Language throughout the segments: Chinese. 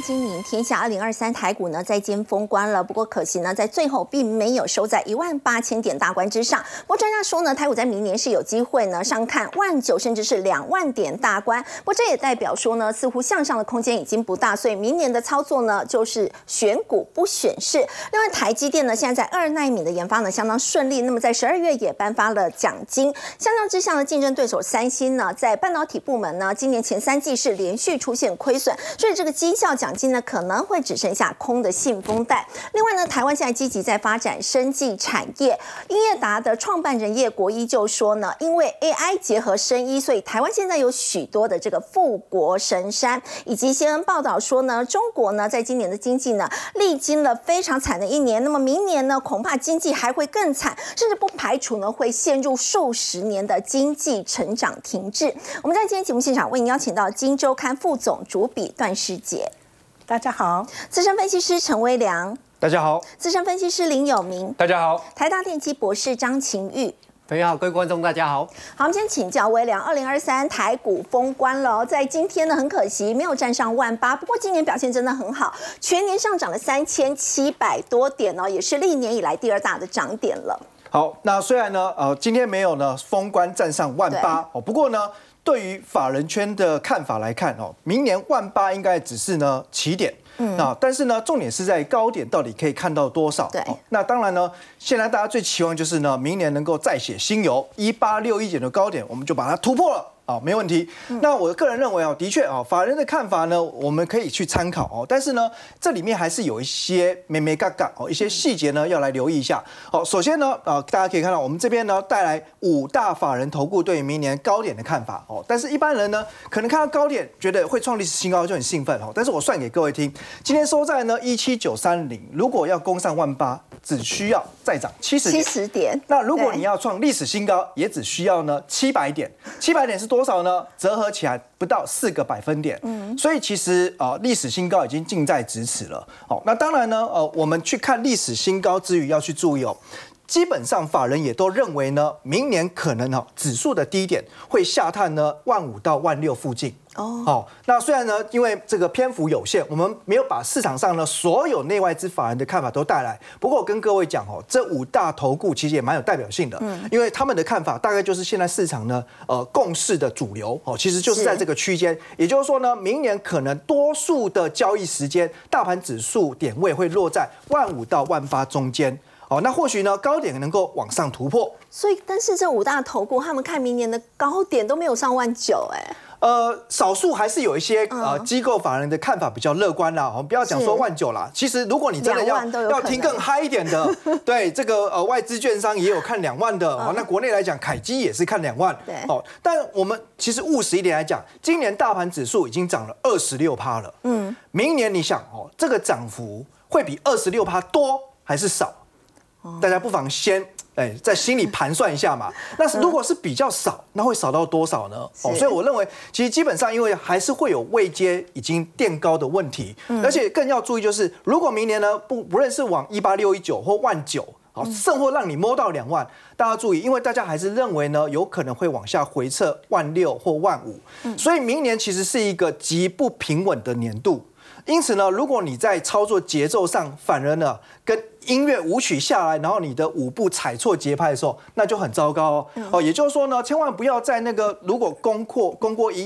金明天下2023台股呢再见封关了，不过可惜呢，在最后并没有收在18000点大关之上。不过专家说呢，台股在明年是有机会呢上看19000甚至是2万点大关。不过这也代表说呢，似乎向上的空间已经不大，所以明年的操作呢就是选股不选市。另外，台积电呢现在在2奈米的研发呢相当顺利，那么在12月也颁发了奖金。相较之下呢，竞争对手三星呢在半导体部门呢今年前3季是连续出现亏损，所以这个绩效奖金呢可能会只剩下空的信封袋。另外呢，台湾现在积极在发展生技产业，英业达的创办人叶国一就说呢，因为 AI 结合生医，所以台湾现在有许多的这个富国神山。以及CNN报道说呢，中国呢在今年的经济呢历经了非常惨的一年，那么明年呢恐怕经济还会更惨，甚至不排除呢会陷入数十年的经济成长停滞。我们在今天节目现场为您邀请到《今周刊》副总主笔段诗杰，大家好；资深分析师陈威良， 大家好； 资深分析师林有明， 大家好； 台大电机博士张晴玉。 大家好，各位观众，大家好。 好，我们先请教威良，2023台股封关了，在今天呢，很可惜没有站上18000，不过今年表现真的很好，全年上涨了3700多点哦，也是历年以来第2大的涨点了。 好，那虽然呢，今天没有呢封关站上18000哦，不过呢，对于法人圈的看法来看哦，明年18000应该只是呢起点。但是呢，重点是在高点到底可以看到多少？ 对， 那当然呢，现在大家最期望就是呢，明年能够再写新猷，1861的高点，我们就把它突破了。没问题。那我个人认为的确法人的看法呢，我们可以去参考但是呢，这里面还是有一些眉眉角角一些细节呢要来留意一下。首先呢，大家可以看到我们这边呢带来5大法人投顾对于明年高点的看法但是一般人呢可能看到高点觉得会创历史新高就很兴奋但是我算给各位听，今天收在呢17930，如果要攻上18000，只需要再涨70点。那如果你要创历史新高，也只需要呢700点，700点是多少呢？折合起来不到4个百分点。所以其实历史新高已经近在咫尺了。那当然呢，我们去看历史新高之余，要去注意基本上法人也都认为呢，明年可能指数的低点会下探呢15000到16000附近。那虽然呢，因为这个篇幅有限，我们没有把市场上呢所有内外资法人的看法都带来。不过我跟各位讲这5大投顾其实也蛮有代表性的，因为他们的看法大概就是现在市场呢共识的主流其实就是在这个区间。也就是说呢，明年可能多数的交易时间，大盘指数点位会落在15000到18000中间。那或许呢，高点能够往上突破。 所以，但是这5大投顾他们看明年的高点都没有上19000 少数还是有一些机构法人的看法比较乐观啦。我们不要讲说19000啦。其实如果你真的要听更嗨一点的，对这个外资券商也有看2万的那国内来讲，凯基也是看2万。但我们其实务实一点来讲，今年大盘指数已经涨了26%了。明年你想这个涨幅会比26%多还是少？大家不妨先在心里盘算一下嘛。那如果是比较少，那会少到多少呢？所以我认为，其实基本上因为还是会有位阶已经垫高的问题，而且更要注意就是，如果明年呢不论是往18619或19000，甚或让你摸到2万，大家注意，因为大家还是认为呢有可能会往下回撤16000或15000，所以明年其实是一个极不平稳的年度。因此呢，如果你在操作节奏上反而呢跟音乐舞曲下来，然后你的舞步踩错节拍的时候，那就很糟糕也就是说呢，千万不要在那个如果攻过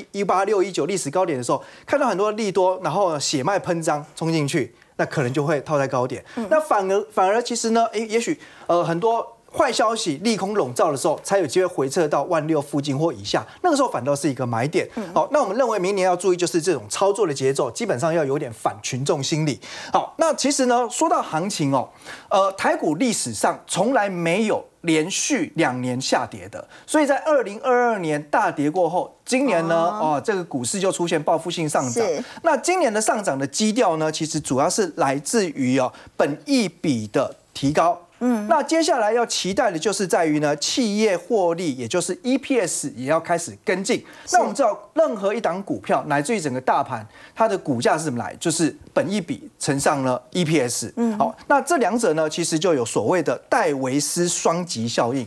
18619历史高点的时候，看到很多利多，然后血脉喷张冲进去，那可能就会套在高点。那反而其实呢，也许很多坏消息利空笼罩的时候，才有机会回撤到16000附近或以下，那个时候反倒是一个买点。那我们认为明年要注意就是这种操作的节奏，基本上要有点反群众心理。好，那其实呢，说到行情台股历史上从来没有连续2年下跌的，所以在2022年大跌过后，今年呢，这个股市就出现报复性上涨。那今年的上涨的基调呢，其实主要是来自于本益比的提高。那接下来要期待的就是在于呢，企业获利，也就是 EPS 也要开始跟进。那我们知道，任何一档股票，乃至于整个大盘，它的股价是怎么来？就是本益比乘上了 EPS。好，那这两者呢，其实就有所谓的戴维斯双极效应。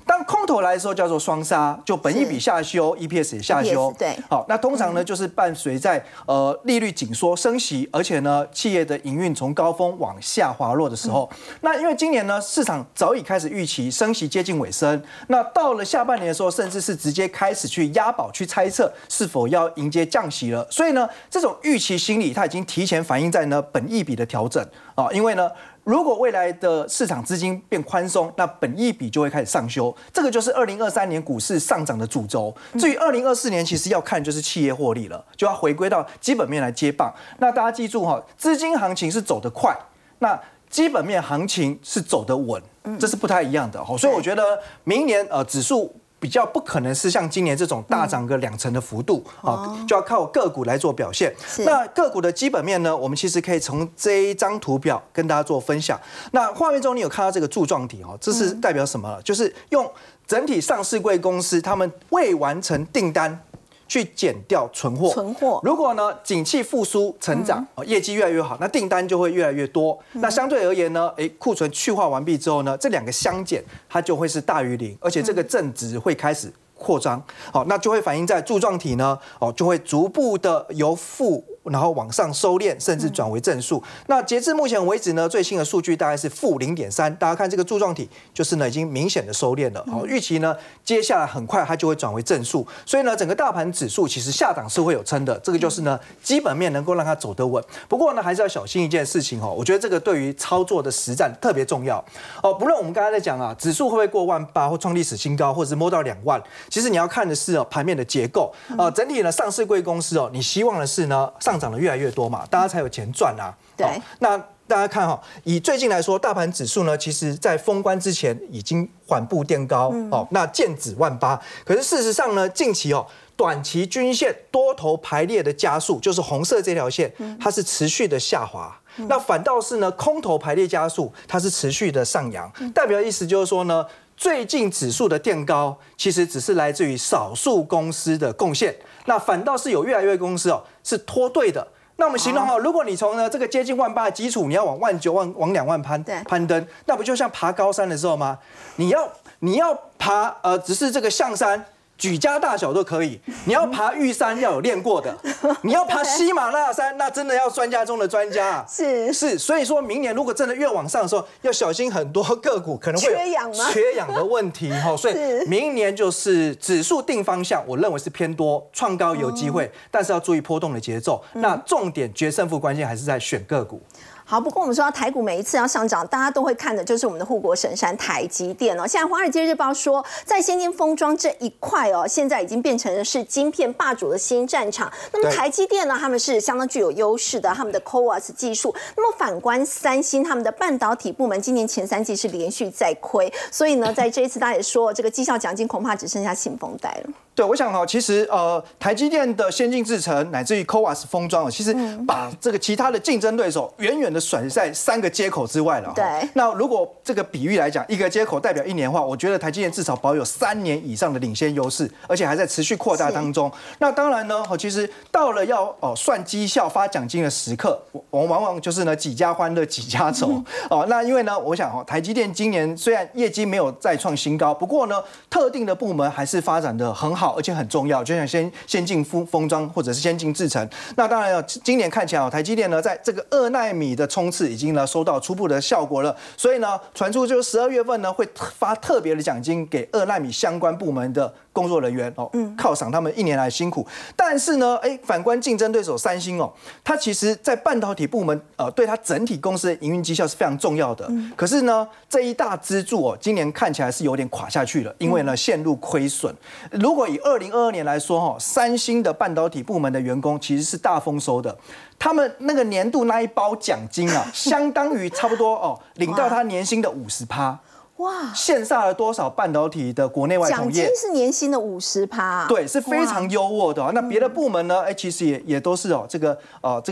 当空头来的时候叫做双杀，就本益比下修 ，EPS 也下修。 对， 好，那通常呢就是伴随在利率紧缩升息，而且呢企业的营运从高峰往下滑落的时候，那因为今年呢市场早已开始预期升息接近尾声，那到了下半年的时候，甚至是直接开始去押宝去猜测是否要迎接降息了。所以呢，这种预期心理它已经提前反映在呢本益比的调整啊，因为呢。如果未来的市场资金变宽松，那本益比就会开始上修，这个就是2023年股市上涨的主轴。至于2024年，其实要看就是企业获利了，就要回归到基本面来接棒。那大家记住哈，资金行情是走得快，那基本面行情是走得稳，这是不太一样的。所以我觉得明年指数。比较不可能是像今年这种大涨个2成的幅度就要靠个股来做表现。那个股的基本面呢，我们其实可以从这一张图表跟大家做分享。那画面中你有看到这个柱状体这是代表什么？就是用整体上市柜公司他们未完成订单。去减掉存货，如果呢景气复苏成长，业绩越来越好，那订单就会越来越多。那相对而言呢，库存去化完毕之后呢，这2个相减，它就会是大于0，而且这个正值会开始扩张，好，那就会反映在柱状体呢，就会逐步的由负。然后往上收敛，甚至转为正数。那截至目前为止呢，最新的数据大概是负0.3。大家看这个柱状体，就是呢已经明显的收敛了。预期呢接下来很快它就会转为正数。所以呢，整个大盘指数其实下档是会有撑的。这个就是呢基本面能够让它走得稳。不过呢，还是要小心一件事情我觉得这个对于操作的实战特别重要不论我们刚才在讲指数会不会过18000或创历史新高，或者是摸到2万，其实你要看的是盘面的结构整体呢上市柜公司你希望的是呢上涨的越来越多嘛，大家才有钱赚啊。 对， 那大家看以最近来说，大盘指数呢，其实在封关之前已经缓步垫高那剑指18000。可是事实上呢，近期短期均线多头排列的加速，就是红色这条线，它是持续的下滑。那反倒是呢，空头排列加速，它是持续的上扬。代表意思就是说呢，最近指数的垫高，其实只是来自于少数公司的贡献。那反倒是有越来越多公司是脱队的。那我们形容如果你从呢这个接近18000的基础，你要往19000往2万攀登，那不就像爬高山的时候吗？你要爬只是这个象山。举家大小都可以，你要爬玉山要有练过的，你要爬喜马拉雅山，那真的要专家中的专家是，所以说明年如果真的越往上的时候，要小心很多个股可能会有缺氧的问题所以明年就是指数定方向，我认为是偏多，创高有机会，但是要注意波动的节奏。那重点决胜负关键还是在选个股。 好，不过我们说到台股每一次要上涨，大家都会看的就是我们的护国神山台积电现在《华尔街日报》说，在先进封装这一块现在已经变成了是晶片霸主的新战场。那么台积电呢，他们是相当具有优势的，他们的 CoWoS 技术。那么反观三星，他们的半导体部门今年前3季是连续在亏，所以呢，在这一次大家也说，这个绩效奖金恐怕只剩下信封袋了。 对，我想其实台积电的先进制程乃至于 CoWoS 封装其实把这个其他的竞争对手远远的甩在3个接口之外了。 对， 那如果这个比喻来讲，1个接口代表1年的话，我觉得台积电至少保有3年以上的领先优势，而且还在持续扩大当中。那当然呢，其实到了要算绩效发奖金的时刻，我们往往就是呢几家欢乐几家愁那因为呢，我想台积电今年虽然业绩没有再创新高，不过呢，特定的部门还是发展的很好。而且很重要，就像先进封装或者是先进制程。那当然今年看起来台积电呢，在这个2奈米的冲刺已经呢收到初步的效果了。所以呢，传出就是12月份呢会发特别的奖金给2奈米相关部门的工作人员犒赏他们1年来辛苦。但是呢，反观竞争对手三星它其实在半导体部门对它整体公司的营运绩效是非常重要的。可是呢，这一大支柱今年看起来是有点垮下去了，因为呢陷入亏损。如果以2022年来说三星的半导体部门的员工其实是大丰收的，他们那个年度那一包奖金相当于差不多领到他年薪的50%。哇！羡煞了多少半导体的国内外同业？ 奖金是年薪的50%， 对，是非常优渥的。那别的部门呢？其实也都是这个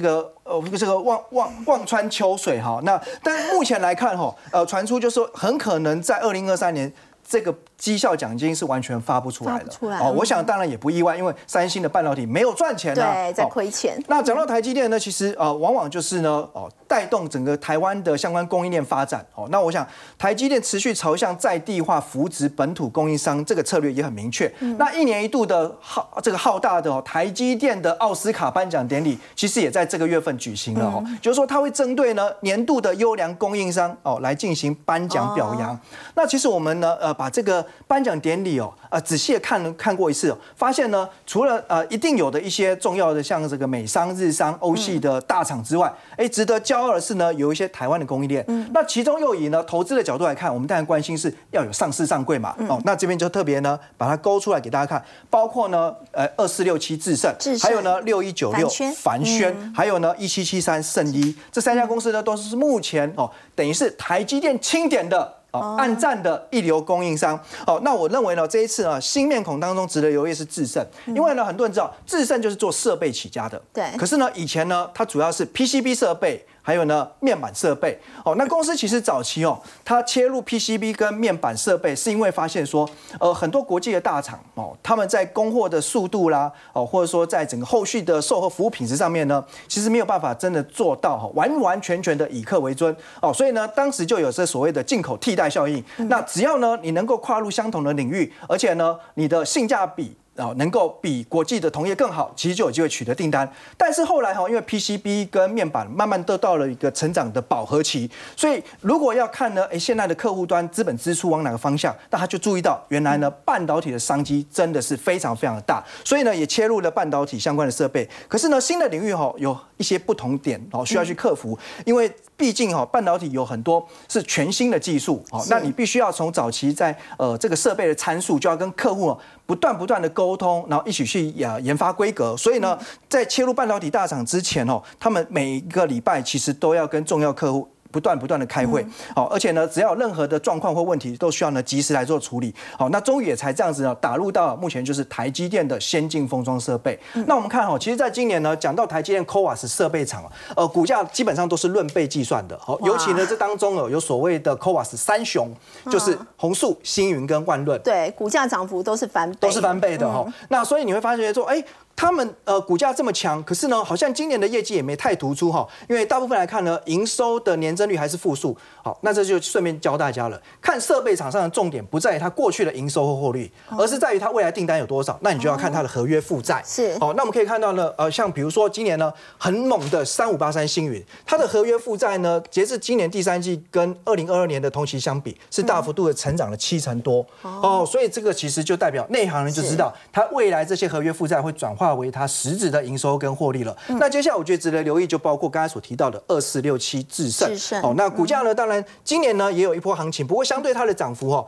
望穿秋水那但目前来看传出就是说很可能在2023年。 这个绩效奖金是完全发不出来的。我想当然也不意外，因为三星的半导体没有赚钱对，在亏钱。 那讲到台积电呢，其实往往就是呢带动整个台湾的相关供应链发展。那我想台积电持续朝向在地化、扶植本土供应商这个策略也很明确。那一年一度的浩大的台积电的奥斯卡颁奖典礼，其实也在这个月份举行了。就是说它会针对呢年度的优良供应商来进行颁奖表扬。那其实我们呢把这个颁奖典礼仔细的看过一次，发现呢除了一定有的一些重要的像这个美商、日商、欧系的大厂之外，值得骄傲的是呢有一些台湾的供应链。那其中又以呢投资的角度来看，我们当然关心是要有上市上柜嘛。那这边就特别呢把它勾出来给大家看，包括呢2467智胜，还有呢6196凡轩，还有呢1773圣一，这3家公司呢都是目前等于是台积电钦点的按赞的一流供应商。那我认为呢，这一次呢，新面孔当中值得留意是智胜，因为呢，很多人知道智胜就是做设备起家的， 对。 可是呢，以前呢，它主要是 PCB 设备，还有呢面板设备。那公司其实早期它切入 PCB 跟面板设备，是因为发现说，很多国际的大厂他们在供货的速度啦，或者说在整个后续的售后服务品质上面呢，其实没有办法真的做到完完全全的以客为尊。所以呢，当时就有这所谓的进口替代效应。那只要呢你能够跨入相同的领域，而且呢你的性价比能够比国际的同业更好，其实就有机会取得订单。但是后来因为 PCB 跟面板慢慢都到了一个成长的饱和期，所以如果要看呢，现在的客户端资本支出往哪个方向，那他就注意到原来呢半导体的商机真的是非常非常的大，所以呢也切入了半导体相关的设备。可是呢新的领域有一些不同点需要去克服，因为毕竟半导体有很多是全新的技术，那你必须要从早期在这个设备的参数就要跟客户不断的沟通，然后一起去研发规格。所以呢，在切入半导体大厂之前他们每一个礼拜其实都要跟重要客户不断的开会，而且呢，只要有任何的状况或问题，都需要呢及时来做处理。那终于也才这样子呢，打入到目前就是台积电的先进封装设备。那我们看其实在今年呢，讲到台积电 CoWoS 设备厂股价基本上都是论倍计算的。尤其呢，这当中有所谓的 CoWoS 三雄，就是宏塑、星云跟万润， 对，股价涨幅都是翻倍的。那所以你会发现说，他们股价这么强，可是呢，好像今年的业绩也没太突出因为大部分来看呢，营收的年增率还是负数。好，那这就顺便教大家了，看设备厂商的重点不在于它过去的营收或获利，而是在于它未来订单有多少。那你就要看它的合约负债。 是。 好，那我们可以看到呢，像比如说今年呢很猛的3583星云，它的合约负债呢，截至今年第3季跟2022年的同期相比，是大幅度的成长了70%多。所以这个其实就代表内行人就知道，它未来这些合约负债会转化为它实质的营收跟获利了。那接下来我觉得值得留意，就包括刚才所提到的2467智胜。那股价呢，当然今年呢也有一波行情，不过相对它的涨幅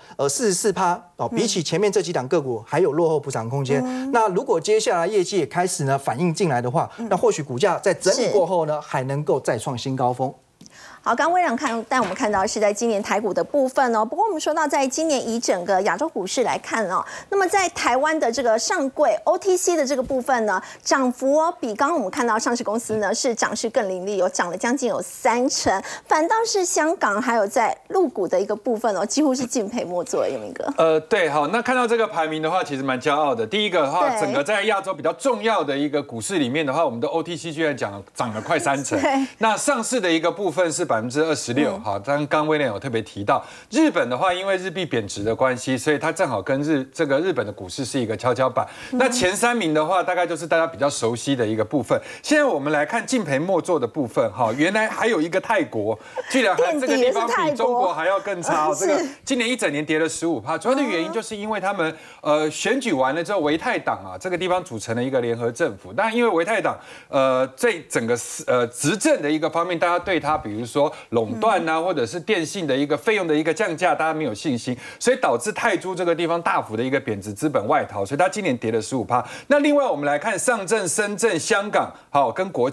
44%比起前面这几档个股还有落后补涨空间。那如果接下来业绩也开始呢反映进来的话，那或许股价在整理过后呢，还能够再创新高峰。 好，刚微软带我们看到是在今年台股的部分不过我们说到在今年以整个亚洲股市来看那么在台湾的这个上柜 OTC 的这个部分呢，涨幅比刚刚我们看到上市公司呢是涨势更凌厉，涨了将近有30%，反倒是香港还有在陆股的一个部分几乎是敬陪末座。永明哥， 对，好，那看到这个排名的话，其实蛮骄傲的。第一个的话，整个在亚洲比较重要的一个股市里面的话，我们的 OTC 居然涨了快30%。那上市的一个部分是26%。好，刚威廉有特别提到，日本的话，因为日币贬值的关系，所以它正好跟日本的股市是一个跷跷板。那前3名的话，大概就是大家比较熟悉的一个部分。现在我们来看敬陪末座的部分，原来还有一个泰国，居然这个地方比中国还要更差。这个今年一整年跌了15%，主要的原因就是因为他们选举完了之后，维泰党这个地方组成了一个联合政府。当然，因为维泰党在整个执政的一个方面，大家对他比如说垄断或者是电信的一个费用的一个降价，大家没有信心，所以导致泰铢这个地方大幅的一个贬值，资本外逃，所以它今年跌了15%。那另外我们来看上证、深圳、香港跟国企。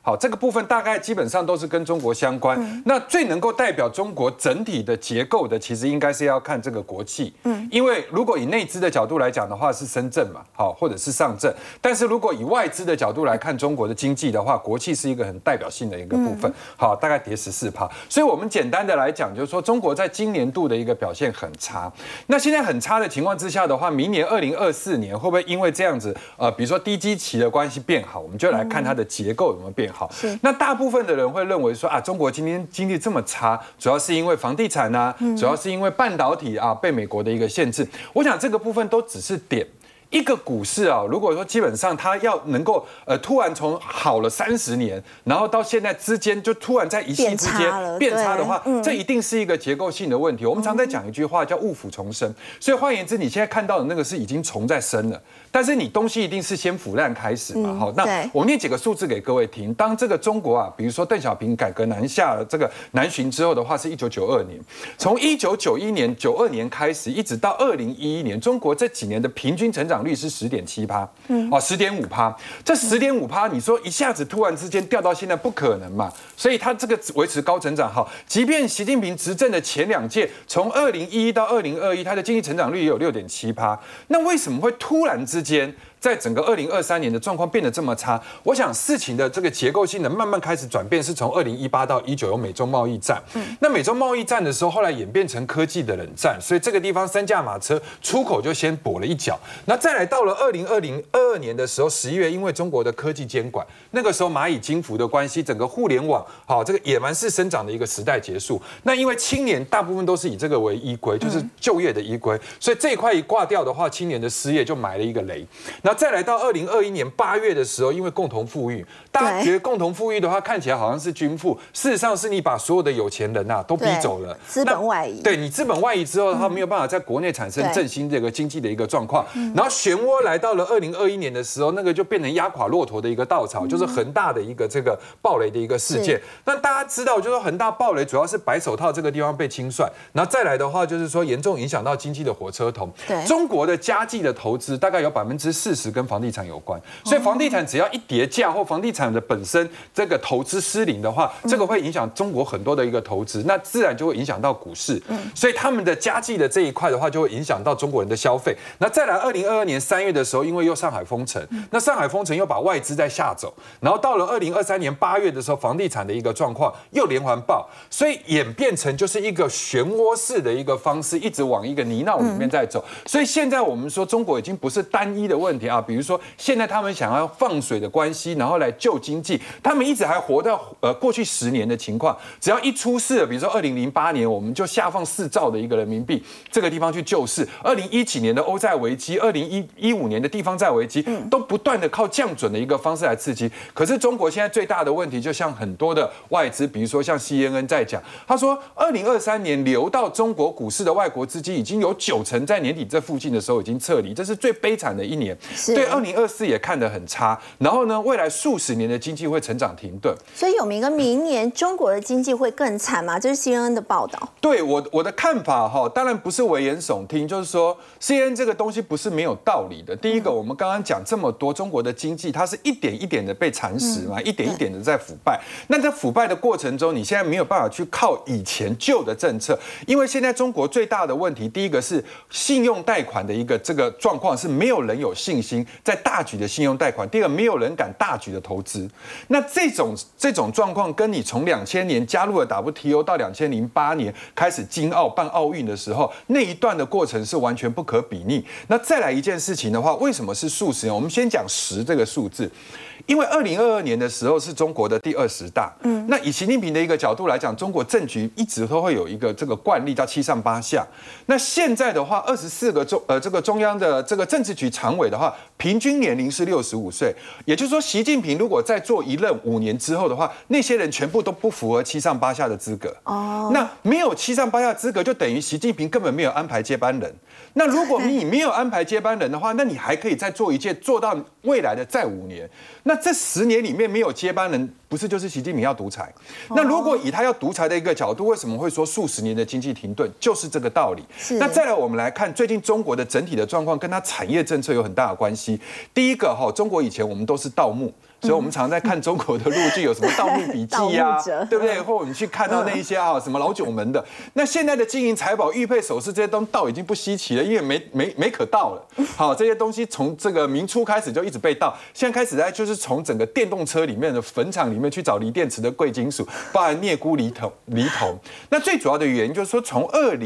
好，这个部分大概基本上都是跟中国相关。那最能够代表中国整体的结构的，其实应该是要看这个国企。因为如果以内资的角度来讲的话，是深圳嘛，好，或者是上证。但是如果以外资的角度来看中国的经济的话，国企是一个很代表性的一个部分。好，大概跌14%。所以我们简单的来讲，就是说中国在今年度的一个表现很差。那现在很差的情况之下的话，明年2024年会不会因为这样子，比如说低基期的关系变好？我们就来看它的结构有没有变好。那大部分的人会认为说啊，中国今天经济这么差，主要是因为房地产啊，主要是因为半导体啊被美国的一个限制。我想这个部分都只是点。一个股市啊，如果说基本上它要能够突然从好了30年，然后到现在之间就突然在一夕之间变差的话，这一定是一个结构性的问题。我们常在讲一句话叫“误腐重生”，所以换言之，你现在看到的那个是已经虫在生了，但是你东西一定是先腐烂开始嘛。好，那我念几个数字给各位听。当这个中国啊，比如说邓小平改革南下了这个南巡之后的话，是1992年，从1991年、92年开始，一直到2011年，中国这几年的平均成长率是10.7%，哦，10.5%。这10.5%，你说一下子突然之间掉到现在不可能嘛？所以它这个维持高成长，好，即便习近平执政的前2届，从2011到2021，它的经济成长率也有6.7%。那为什么会突然之间？在整个2023年的状况变得这么差，我想事情的这个结构性的慢慢开始转变，是从2018到19有美中贸易战。那美中贸易战的时候，后来演变成科技的冷战，所以这个地方三驾马车出口就先跛了一脚。那再来到了2022年的时候，11月，因为中国的科技监管，那个时候蚂蚁金服的关系，整个互联网好这个野蛮式生长的一个时代结束。那因为青年大部分都是以这个为依归，就是就业的依归，所以这一块一挂掉的话，青年的失业就埋了一个雷。那再来到2021年8月的时候，因为共同富裕，大家觉得共同富裕的话，看起来好像是均富，事实上是你把所有的有钱人都逼走了， 资本外移。 对你资本外移之后，他没有办法在国内产生振兴这个经济的一个状况。然后漩涡来到了2021年的时候，那个就变成压垮骆驼的一个稻草，就是恒大的一个这个暴雷的一个事件。那大家知道，就是说恒大暴雷主要是白手套这个地方被清算，然后再来的话就是说严重影响到经济的火车头。中国的家计的投资大概有40%跟房地产有关，所以房地产只要一跌价或房地产的本身这个投资失灵的话，这个会影响中国很多的一个投资，那自然就会影响到股市。所以他们的家计的这一块的话，就会影响到中国人的消费。那再来2022年3月的时候，因为又上海封城，那上海封城又把外资再吓走，然后到了2023年8月的时候，房地产的一个状况又连环爆，所以演变成就是一个漩涡式的一个方式，一直往一个泥淖里面在走。所以现在我们说中国已经不是单一的问题啊，比如说现在他们想要放水的关系，然后来救经济，他们一直还活到过去10年的情况，只要一出事了，比如说2008年我们就下放4兆的一个人民币这个地方去救市，2017年的欧债危机，2015年的地方债危机，都不断的靠降准的一个方式来刺激。可是中国现在最大的问题，就像很多的外资，比如说像 CNN 在讲，他说2023年流到中国股市的外国资金已经有90%在年底这附近的时候已经撤离，这是最悲惨的一年。对2024也看得很差，然后呢，未来数十年的经济会成长停顿。 所以有明哥，明年中国的经济会更惨吗？这是 CNN 的报道。 对我的看法当然不是危言耸听，就是说 CNN 这个东西不是没有道理的。第一个，我们刚刚讲这么多，中国的经济它是一点一点的被蚕食嘛，一点一点的在腐败。那在腐败的过程中，你现在没有办法去靠以前旧的政策，因为现在中国最大的问题，第一个是信用贷款的一个这个状况是没有人有信心在大举的信用贷款，第二个没有人敢大举的投资。那这种状况跟你从2000年加入了 WTO 到2008年开始京奥办奥运的时候那一段的过程是完全不可比拟。那再来一件事情的话，为什么是数十年？我们先讲10这个数字。因为2022年的时候是中国的第20大，那以习近平的一个角度来讲，中国政局一直都会有一个这个惯例叫7上8下。那现在的话，24个这个中央的这个政治局常委的话，平均年龄是65岁，也就是说，习近平如果再做一任5年之后的话，那些人全部都不符合7上8下的资格。那没有7上8下资格，就等于习近平根本没有安排接班人。那如果你没有安排接班人的话，那你还可以再做一届，做到未来的再5年。那这10年里面没有接班人，不是就是习近平要独裁？那如果以他要独裁的一个角度，为什么会说数十年的经济停顿？就是这个道理。那再来我们来看最近中国的整体的状况，跟它产业政策有很大的关系。第一个中国以前我们都是盗墓。 所以我们常在看中国的陆剧，有什么《盗墓笔记》啊，对不对？或我们去看到那一些什么老九门的。那现在的金银财宝、玉佩首饰这些东西盗已经不稀奇了，因为没可盗了。好，这些东西从这个明初开始就一直被盗，现在开始就是从整个电动车里面的坟场里面去找锂电池的贵金属，包含镍钴、锂铜。那最主要的原因就是说，从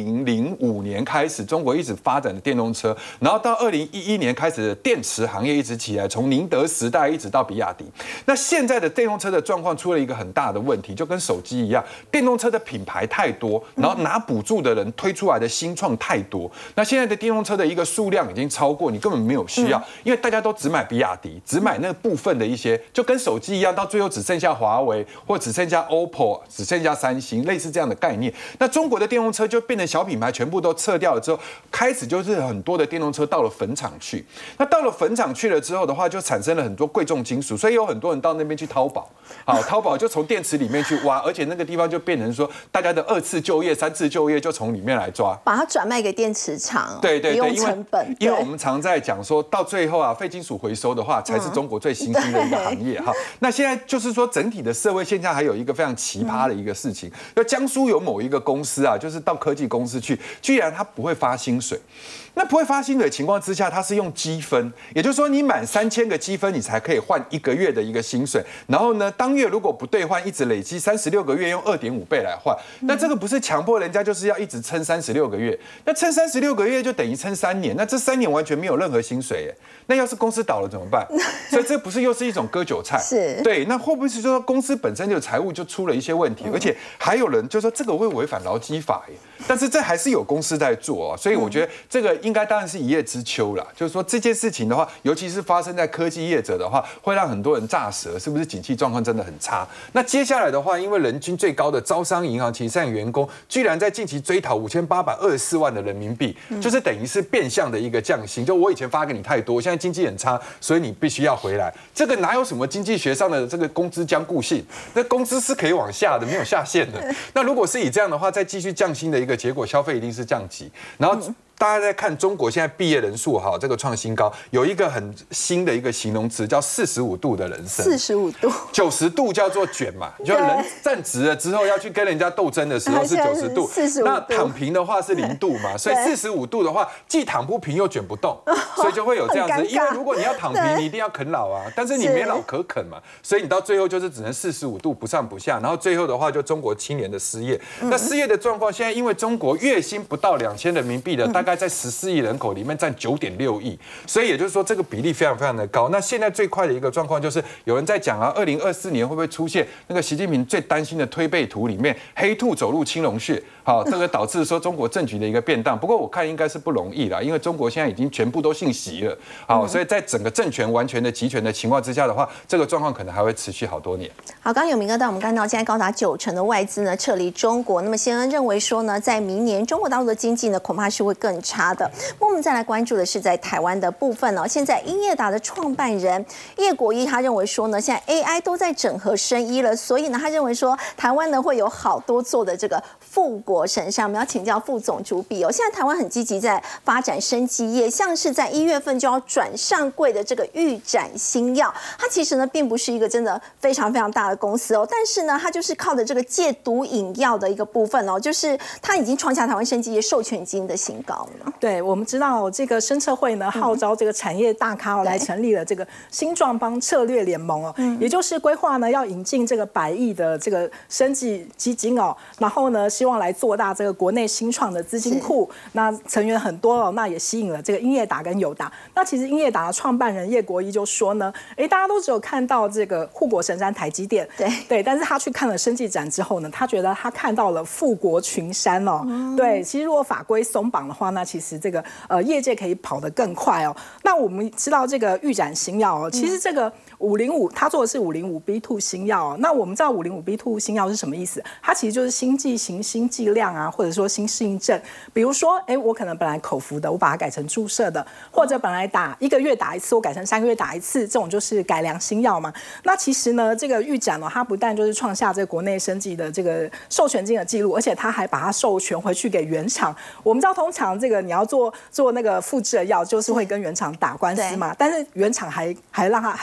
2005年开始，中国一直发展的电动车，然后到2011年开始的电池行业一直起来，从宁德时代一直到比亚迪。那现在的电动车的状况出了一个很大的问题，就跟手机一样，电动车的品牌太多，然后拿补助的人推出来的新创太多。那现在的电动车的一个数量已经超过你根本没有需要，因为大家都只买比亚迪，只买那部分的一些，就跟手机一样，到最后只剩下华为，或只剩下 OPPO， 只剩下三星，类似这样的概念。那中国的电动车就变成小品牌全部都撤掉了之后，开始就是很多的电动车到了坟场去。那到了坟场去了之后的话，就产生了很多贵重金属，所以有很多人到那边去淘宝。好，淘宝就从电池里面去挖，而且那个地方就变成说，大家的2次就业、3次就业就从里面来抓， 把它转卖给电池厂， 对， 用成本。 因为我们常在讲说，到最后废金属回收的话，才是中国最新兴的一个行业哈。那现在就是说，整体的社会现象还有一个非常奇葩的一个事情，就江苏有某一个公司就是到科技公司去，居然他不会发薪水。那不会发薪水的情况之下，它是用积分，也就是说你满3000个积分，你才可以换1个月的一个薪水。然后呢，当月如果不兑换，一直累积36个月，用2.5倍来换。那这个不是强迫人家，就是要一直撑36个月。那撑36个月就等于撑3年，那这3年完全没有任何薪水耶。那要是公司倒了怎么办？所以这不是又是一种割韭菜？ 是， 对。那会不会是说公司本身就财务就出了一些问题，而且还有人就说这个会违反劳基法耶？但是这还是有公司在做所以我觉得这个应该当然是一叶知秋啦。就是说这件事情的话，尤其是发生在科技业者的话，会让很多人炸舌，是不是景气状况真的很差？那接下来的话，因为人均最高的招商银行旗下员工居然在近期追讨5824万的人民币，就是等于是变相的一个降薪。就我以前发给你太多，现在经济很差，所以你必须要回来。这个哪有什么经济学上的这个工资僵固性？那工资是可以往下的，没有下限的。那如果是以这样的话，再继续降薪的一个结果，消费一定是降级。然后大家在看中国现在毕业人数这个创新高，有一个很新的一个形容词叫45度的人生。 45度 ，90度叫做卷嘛，就人站直了之后要去跟人家斗争的时候是90度，那躺平的话是0度嘛，所以45度的话既躺不平又卷不动，所以就会有这样子。因为如果你要躺平，你一定要啃老但是你没老可啃嘛，所以你到最后就是只能45度不上不下，然后最后的话就中国青年的失业。那失业的状况现在因为中国月薪不到2000人民币的，大概在14亿人口里面占9.6亿，所以也就是说这个比例非常非常的高。那现在最快的一个状况就是有人在讲2024年会不会出现那个习近平最担心的推背图里面黑兔走入青龙穴，这个导致说中国政局的一个变荡。不过我看应该是不容易啦，因为中国现在已经全部都姓习了，所以在整个政权完全的集权的情况之下的话，这个状况可能还会持续好多年。 好，刚刚有明哥带我们看到，现在高达90%的外资呢撤离中国。那么先恩认为说呢，在明年中国大陆的经济呢恐怕是会更差的。我们再来关注的是在台湾的部分现在英业达的创办人叶国一他认为说呢，现在 AI 都在整合生医了，所以呢他认为说台湾呢会有好多做的这个富国神山。我们要请教副总主笔现在台湾很积极在发展生技业，像是在1月份就要转上柜的这个预展新药，它其实呢并不是一个真的非常非常大的公司但是呢它就是靠着这个戒毒饮药的一个部分就是它已经创下台湾生技业授权金的新高了。 对，我们知道这个生策会呢号召这个产业大咖来成立了这个新创邦策略联盟也就是规划呢要引进这个100亿的这个生技基金然后呢希望来做大这个国内新创的资金库。那成员很多那也吸引了这个英业达跟友达。那其实英业达的创办人叶国一就说呢，大家都只有看到这个护国神山台积电，对，但是他去看了生技展之后呢，他觉得他看到了富国群山对，其实如果法规松绑的话，那其实这个业界可以跑得更快那我们知道这个预展新药其实这个505他做的是505B2 新药那我们知道505B2 新药是什么意思？它其实就是新剂型、新剂量或者说新适应症。比如说，我可能本来口服的，我把它改成注射的，或者本来打1个月打1次，我改成3个月打1次，这种就是改良新药嘛。那其实呢，这个预展它不但就是创下这个国内生技的这个授权金的记录，而且它还把它授权回去给原厂。我们知道，通常这个你要做那个复制的药，就是会跟原厂打官司嘛，但是原厂还让它还授权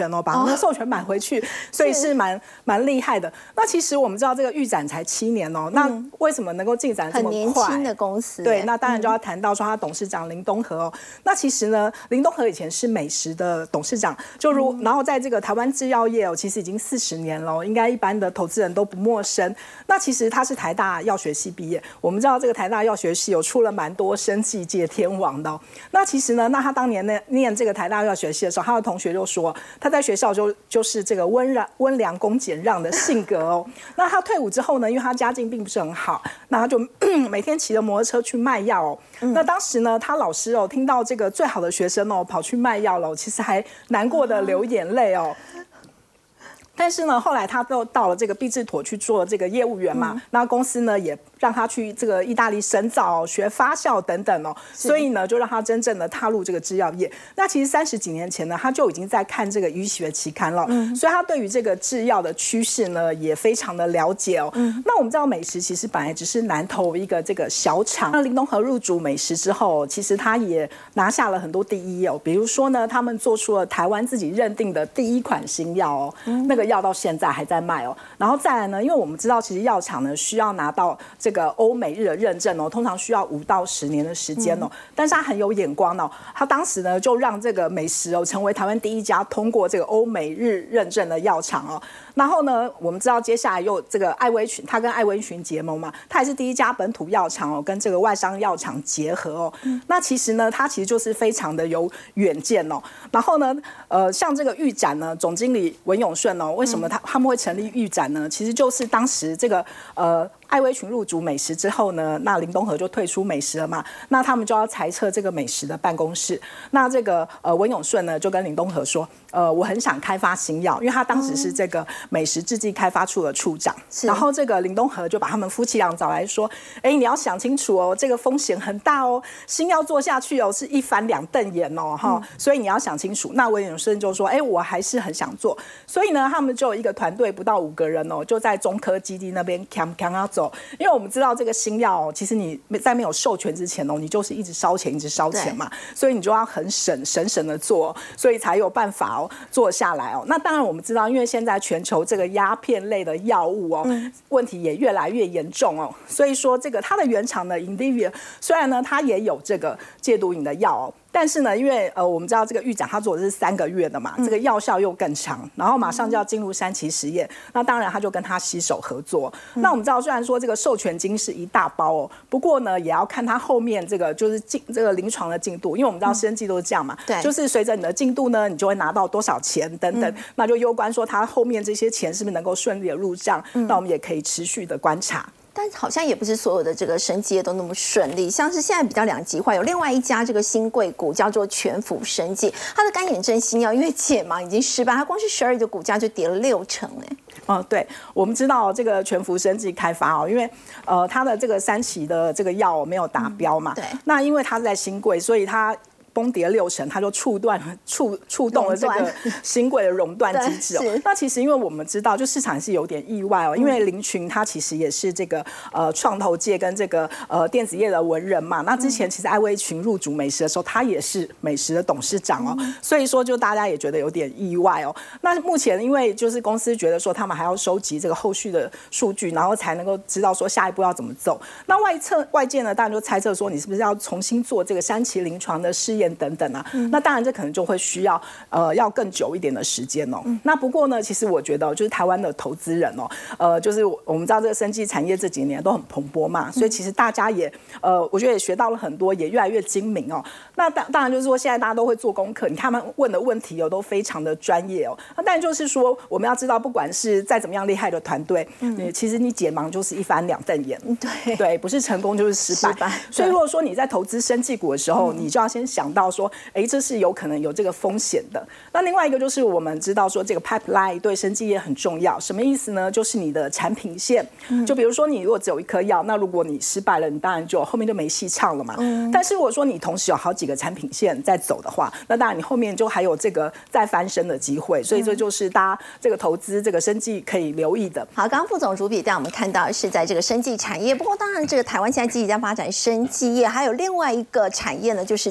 权哦，把那个授权买回去，所以是蛮厉害的。那其实我们知道这个预展才7年哦，那为什么能够进展这么快？ 很年轻的公司。 对，那当然就要谈到说他董事长林东和哦。那其实呢，林东和以前是美食的董事长，然后在这个台湾制药业哦，其实已经40年了，应该一般的投资人都不陌生。那其实他是台大药学系毕业，我们知道这个台大药学系有出了蛮多生技界天王的哦。那其实呢，那他当年念这个台大药学系的时候，他的同学就说他在学校就是这个温良恭俭让的性格哦。那他退伍之后呢，因为他家境并不是很好，那他就每天骑着摩托车去卖药哦。那当时呢，他老师哦听到这个最好的学生哦跑去卖药了，其实还难过的流眼泪哦。但是呢，后来他都到了这个必治妥去做这个业务员嘛，那公司呢也让他去这个意大利深造、学发酵等等哦，所以呢就让他真正的踏入这个制药业。那其实30几年前呢，他就已经在看这个医学期刊了，所以他对于这个制药的趋势呢也非常的了解哦。那我们知道美食其实本来只是南投一个这个小厂，那林东和入主美食之后，其实他也拿下了很多第一哦，比如说呢，他们做出了台湾自己认定的第一款新药哦，那个药到现在还在卖哦。然后再来呢，因为我们知道其实药厂呢需要拿到这个欧美日的认证哦，通常需要5到10年的时间哦。但是他很有眼光哦，他当时呢就让这个美食哦成为台湾第一家通过这个欧美日认证的药厂哦。然后呢，我们知道接下来又这个艾威群，他跟艾威群结盟嘛，他也是第一家本土药厂哦，跟这个外商药厂结合哦。那其实呢，他其实就是非常的有远见哦。然后呢，像这个预展呢，总经理文永顺哦，为什么他们会成立预展呢？其实就是当时这个艾威群入主美食之后呢，那林东和就退出美食了嘛，那他们就要裁撤这个美食的办公室。那这个文永顺呢就跟林东和说，我很想开发新药，因为他当时是这个美食制剂开发处的处长，然后这个林东和就把他们夫妻俩找来说，哎，你要想清楚哦，这个风险很大哦，新药做下去哦是一翻2瞪眼哦哈，所以你要想清楚。那文永顺就说，哎，我还是很想做，所以呢，他们就有一个团队不到5个人哦，就在中科基地那边扛要走。因为我们知道这个新药哦，其实你在没有授权之前哦，你就是一直烧钱，一直烧钱嘛，所以你就要很省的做，所以才有办法哦做下来哦。那当然我们知道，因为现在全球这个鸦片类的药物哦，问题也越来越严重哦，所以说这个它的原厂的 Indivior 虽然呢它也有这个戒毒瘾的药哦。但是呢，因为我们知道这个预展他做的是3个月的嘛，这个药效又更强，然后马上就要进入3期实验，那当然他就跟他携手合作。那我们知道，虽然说这个授权金是一大包哦，不过呢，也要看他后面这个就是这个临床的进度，因为我们知道生技都是这样嘛，对，就是随着你的进度呢，你就会拿到多少钱等等，那就攸关说他后面这些钱是不是能够顺利的入账，那我们也可以持续的观察。 但好像也不是所有的这个生技业都那么顺利，像是现在比较两极化，有另外一家这个新贵股叫做全福生技，它的干眼症新药因为解盲已经失败，它光是12月的股价就跌了60%哎。 对，我们知道这个全福生技开发哦，因为它的这个3期的这个药没有达标嘛，对，那因为它是在新贵，所以它崩跌60%，它就触动了这个新贵的熔断机制哦。那其实因为我们知道，就市场是有点意外哦，因为林群他其实也是这个创投界跟这个电子业的文人嘛。那之前其实艾威群入主美食的时候，他也是美食的董事长哦，所以说就大家也觉得有点意外哦。那目前因为就是公司觉得说他们还要收集这个后续的数据，然后才能够知道说下一步要怎么走。那外界呢，当然就猜测说你是不是要重新做这个3期临床的试验等等啊，那当然这可能就会需要要更久一点的时间哦。那不过呢，其实我觉得就是台湾的投资人哦，就是我们知道这个生技产业这几年都很蓬勃嘛，所以其实大家也我觉得也学到了很多，也越来越精明哦。那当然就是说现在大家都会做功课，你看他们问的问题都非常的专业哦。那但就是说我们要知道，不管是再怎么样厉害的团队，其实你解盲就是一翻2瞪眼，对，不是成功就是失败。所以如果说你在投资生技股的时候，你就要先想到说，哎，这是有可能有这个风险的。那另外一个就是我们知道说，这个 pipeline 对生技业很重要。什么意思呢？就是你的产品线，就比如说你如果只有一颗药，那如果你失败了，你当然就后面就没戏唱了嘛。但是如果说你同时有好几个产品线在走的话，那当然你后面就还有这个再翻身的机会。所以这就是大家这个投资这个生技可以留意的。 好，刚刚副总主笔带我们看到是在这个生技产业，不过当然这个台湾现在积极在发展生技业，还有另外一个产业呢，就是在 AI。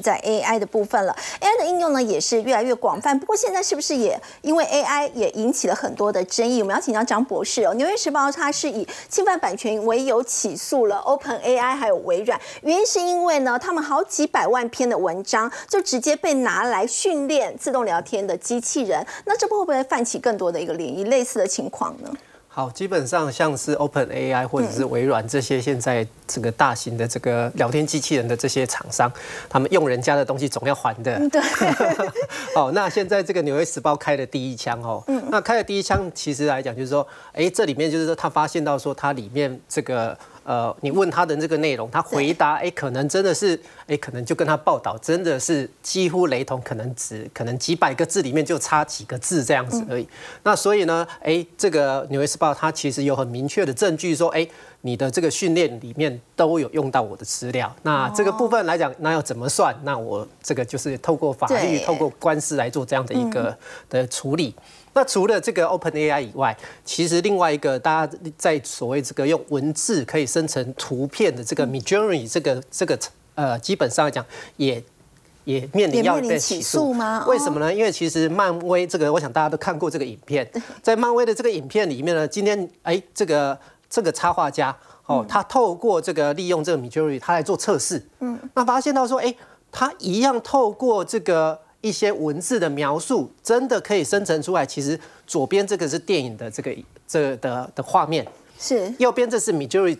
AI 的部分了。AI 的应用呢也是越来越广泛，不过现在是不是也因为 AI 也引起了很多的争议？我们要请教张博士哦。《纽约时报》它是以侵犯版权为由起诉了 OpenAI 还有微软，原因是因为呢，他们好几百万篇的文章就直接被拿来训练自动聊天的机器人，那这会不会泛起更多的一个涟漪，类似的情况呢？ 好，基本上像是 OpenAI 或者是微软这些现在这个大型的这个聊天机器人的这些厂商，他们用人家的东西总要还的。 对。 哦，那现在这个《纽约时报》开了第一枪哦，那开了第一枪，其实来讲就是说，这里面就是说他发现到说它里面这个。你问他的这个内容，他回答，可能真的是，可能就跟他报道真的是几乎雷同，可能几百个字里面就差几个字这样子而已。那所以呢，这个《纽约时报》它其实有很明确的证据说，你的这个训练里面都有用到我的资料。那这个部分来讲，那要怎么算？那我这个就是透过法律、透过官司来做这样的一个的处理。那除了这个 OpenAI 以外，其实另外一个大家在所谓这个用文字可以生成图片的这个 Midjourney 这个基本上来讲也面临要被起诉吗？为什么呢？因为其实漫威这个，我想大家都看过这个影片，在漫威的这个影片里面呢，今天这个插画家他透过这个利用这个 Midjourney 他来做测试，那发现到说，他一样透过这个一些文字的描述，真的可以生成出来。其实左边这个是电影的这的画面，是右边这是 Midjourney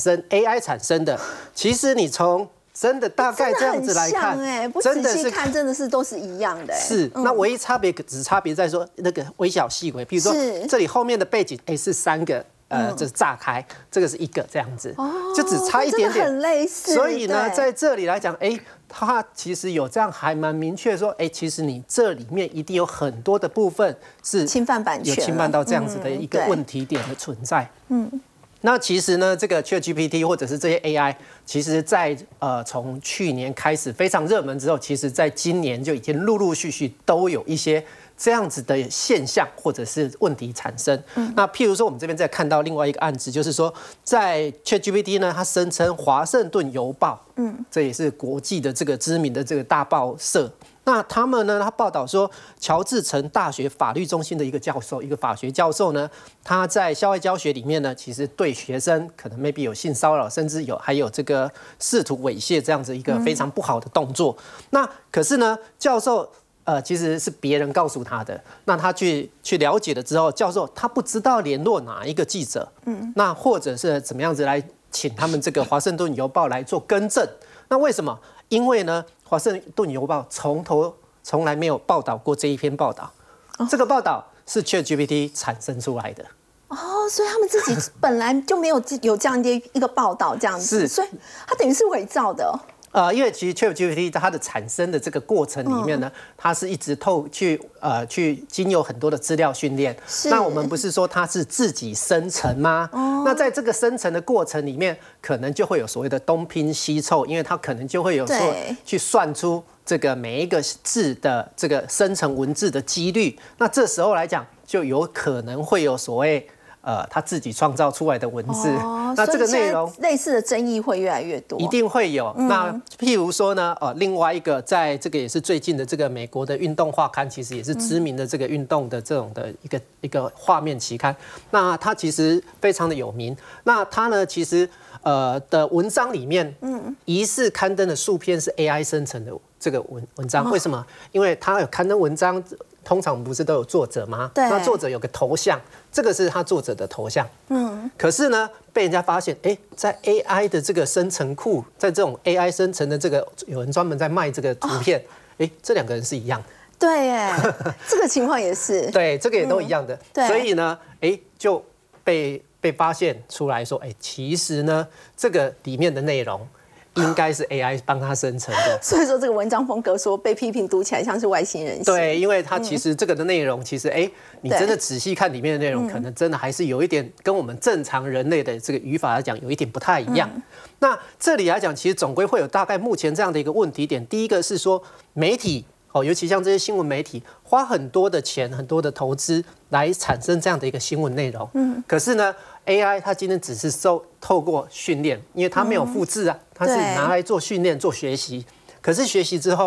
AI 产生的。其实你从真的大概这样子来看， 不仔细看真的是都是一样的。 是，那唯一差别只差别在说那个微小细微，比如说这里后面的背景是3个。就是炸开，这个是1个这样子，就只差一点点， 很类似。 所以呢，在这里来讲，它其实有这样还蛮明确说，其实你这里面一定有很多的部分是侵犯版权， 有侵犯到这样子的一个问题点的存在。那其实呢，这个 ChatGPT 或者是这些 AI， 其实在从去年开始非常热门之后，其实在今年就已经陆陆续续都有一些这样子的现象或者是问题产生。那譬如说，我们这边再看到另外一个案子，就是说，在 ChatGPT 呢，它声称《华盛顿邮报》，这也是国际的这个知名的这个大报社。那他们呢？他报道说，乔治城大学法律中心的一个教授，一个法学教授呢，他在校外教学里面呢，其实对学生可能 maybe 有性骚扰，甚至还有这个试图猥亵这样子一个非常不好的动作。那可是呢，教授其实是别人告诉他的。那他去了解了之后，教授他不知道联络哪一个记者，那或者是怎么样子来请他们这个华盛顿邮报来做更正。那为什么？因为呢，华盛顿邮报从来没有报道过这一篇报道，这个报道是 ChatGPT 产生出来的。 所以他们自己本来就没有这样的一个报道，这样子，所以它等于是伪造的。 因为其实 ChatGPT 它的产生的这个过程里面呢，它是一直去经由很多的资料训练。那我们不是说它是自己生成吗？那在这个生成的过程里面，可能就会有所谓的东拼西凑，因为它可能就会有说去算出这个每一个字的这个生成文字的几率。那这时候来讲，就有可能会有所谓他自己创造出来的文字。那这个内容类似的争议会越来越多， 一定会有。那譬如说呢，另外一个在这个也是最近的这个美国的运动画刊，其实也是知名的这个运动的这种的一个画面期刊。那它其实非常的有名。那它呢，其实的文章里面，疑似刊登的数篇是 AI 生成的这个文章。为什么？因为它有刊登文章。通常不是都有作者吗？那作者有个头像，这个是他作者的头像。可是呢，被人家发现，在 AI 的这个生成库，在这种 AI 生成的这个，有人专门在卖这个图片，这2个人是一样的。 对，这个情况也是。 对，这个也都一样的。所以呢，就被发现出来说，其实呢，这个里面的内容。应该是 AI 帮他生成的， 所以说这个文章风格说被批评读起来像是外星人。 对，因为它其实这个的内容，其实你真的仔细看里面的内容，可能真的还是有一点跟我们正常人类的这个语法来讲有一点不太一样。那这里来讲，其实总归会有大概目前这样的一个问题点。第一个是说媒体尤其像这些新闻媒体，花很多的钱、很多的投资来产生这样的一个新闻内容。可是呢，AI 它今天只是透过训练，因为它没有复制啊，它是拿来做训练、做学习。可是学习之后，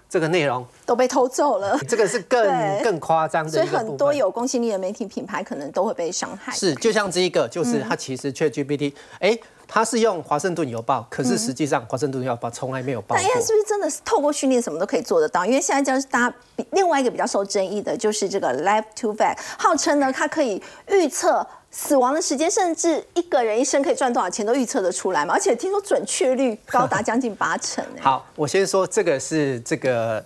这个内容都被偷走了。 这个是更夸张的一个部分。 所以很多有公信力的媒体品牌可能都会被伤害。 是，就像这一个，就是它其实 ChatGPT，它是用华盛顿邮报，可是实际上华盛顿邮报从来没有报过。 那 AI 是不是真的是透过训练什么都可以做得到？因为现在就是大家另外一个比较受争议的就是这个 Live to Vet， 号称呢它可以预测死亡的时间，甚至一个人一生可以赚多少钱都预测得出来嘛，而且听说准确率高达将近80%。 好，我先说这个是这个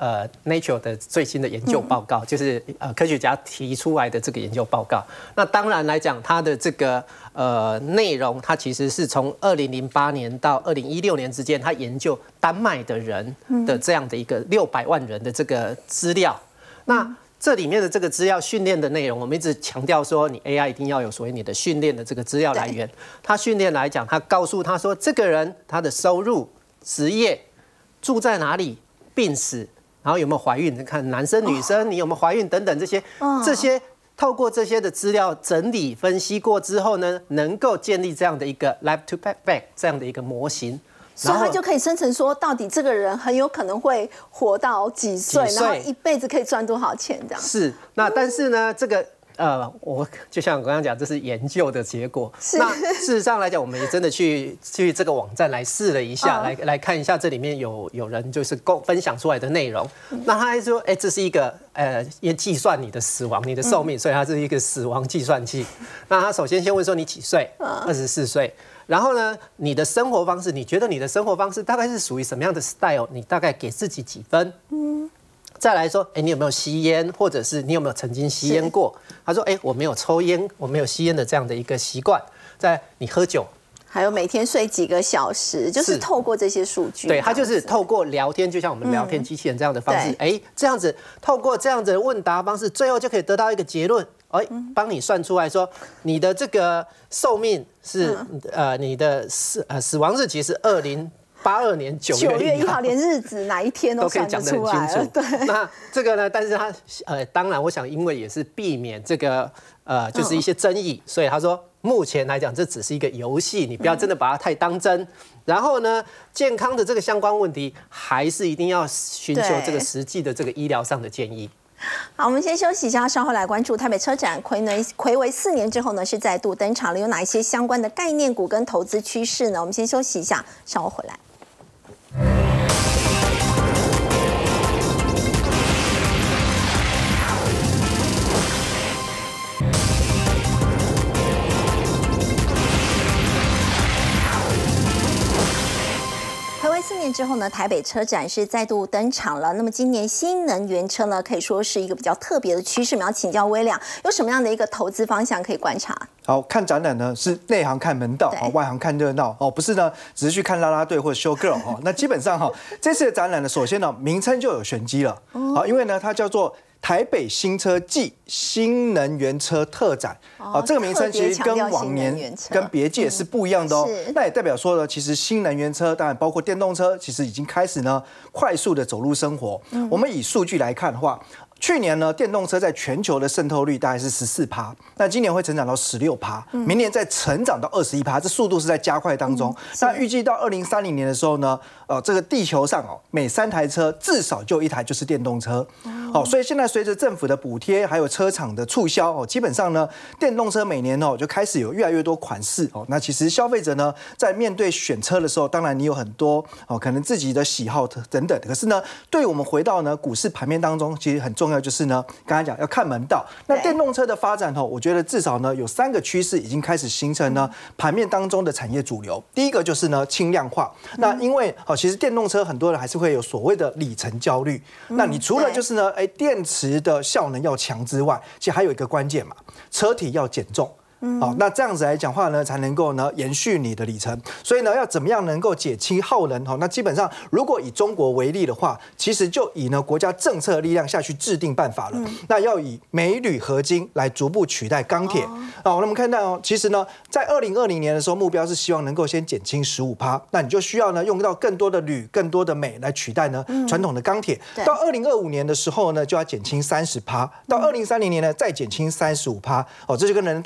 Nature 的最新的研究报告，就是科学家提出来的这个研究报告。那当然来讲，它的这个内容，它其实是从2008年到2016年之间，它研究丹麦的人的这样的一个600万人的这个资料。那这里面的这个资料训练的内容，我们一直强调说，你 AI 一定要有所谓你的训练的这个资料来源。它训练来讲，它告诉他说，这个人他的收入、职业、住在哪里、病史。然后有没有怀孕？你看男生女生，你有没有怀孕等等这些透过这些的资料整理分析过之后呢，能够建立这样的一个 Live to Vet 这样的一个模型， 所以他就可以生成说，到底这个人很有可能会活到几岁，然后一辈子可以赚多少钱这样。 是，那但是呢，这个。我就像我刚刚讲，这是研究的结果。那事实上来讲，我们也真的去这个网站来试了一下，来看一下这里面有人就是分享出来的内容。那他还说，这是一个也计算你的死亡、你的寿命，所以它是一个死亡计算器。那他首先先问说你几岁？24岁。然后呢，你的生活方式，你觉得你的生活方式大概是属于什么样的 style？ 你大概给自己几分？再来说，你有没有吸烟，或者是你有没有曾经吸烟过？他说，我没有抽烟，我没有吸烟的这样的一个习惯。再来，你喝酒， 还有每天睡几个小时，就是透过这些数据。 对，他就是透过聊天，就像我们聊天机器人这样的方式，这样子透过这样子的问答方式，最后就可以得到一个结论。帮你算出来说，你的这个寿命是你的死亡日期是2082年9月1号， 连日子哪一天都可以讲得很清楚。 对， 那这个呢？但是他当然，我想因为也是避免这个就是一些争议，所以他说目前来讲这只是一个游戏，你不要真的把它太当真。然后呢，健康的这个相关问题，还是一定要寻求这个实际的这个医疗上的建议。 好，我们先休息一下，稍后来关注台北车展睽违4年之后呢，是再度登场了，有哪一些相关的概念股跟投资趋势呢？我们先休息一下，稍后回来。4年之后呢，台北车展是再度登场了。那么今年新能源车呢，可以说是一个比较特别的趋势。我们要请教威廉，有什么样的一个投资方向可以观察？ 好看展览呢，是内行看门道，外行看热闹哦，不是呢，只是去看啦啦队或者 show girl 哦。那基本上这次的展览呢，首先呢，名称就有玄机了，好，因为呢，它叫做台北新车季新能源车特展，这个名称其实跟往年、跟别届是不一样的哦。那也代表说呢，其实新能源车，当然包括电动车，其实已经开始呢快速的走入生活。我们以数据来看的话，去年呢，电动车在全球的渗透率大概是14%，那今年会成长到16%，明年再成长到21%，这速度是在加快当中。那预计到2030年的时候呢，这个地球上每3台车至少就1台就是电动车。所以现在随着政府的补贴，还有车厂的促销，基本上呢，电动车每年就开始有越来越多款式。那其实消费者呢，在面对选车的时候，当然你有很多可能自己的喜好等等。可是呢，对我们回到呢股市盘面当中，其实很重要就是呢，刚才讲要看门道。那电动车的发展我觉得至少呢有3个趋势已经开始形成呢盘面当中的产业主流。第一个就是呢轻量化。那因为其实电动车很多人还是会有所谓的里程焦虑。那你除了就是呢，电池的效能要强之外，其实还有一个关键嘛，车体要减重。那这样子来讲话呢，才能够呢延续你的里程。所以呢，要怎么样能够减轻耗能？那基本上，如果以中国为例的话，其实就以呢国家政策力量下去制定办法了。那要以镁铝合金来逐步取代钢铁。那我们看到其实呢，在2020年的时候，目标是希望能够先减轻15%。那你就需要呢用到更多的铝、更多的镁来取代呢传统的钢铁。到2025年的时候呢，就要减轻30%。到2030年呢，再减轻35%。这就跟人的道理一样。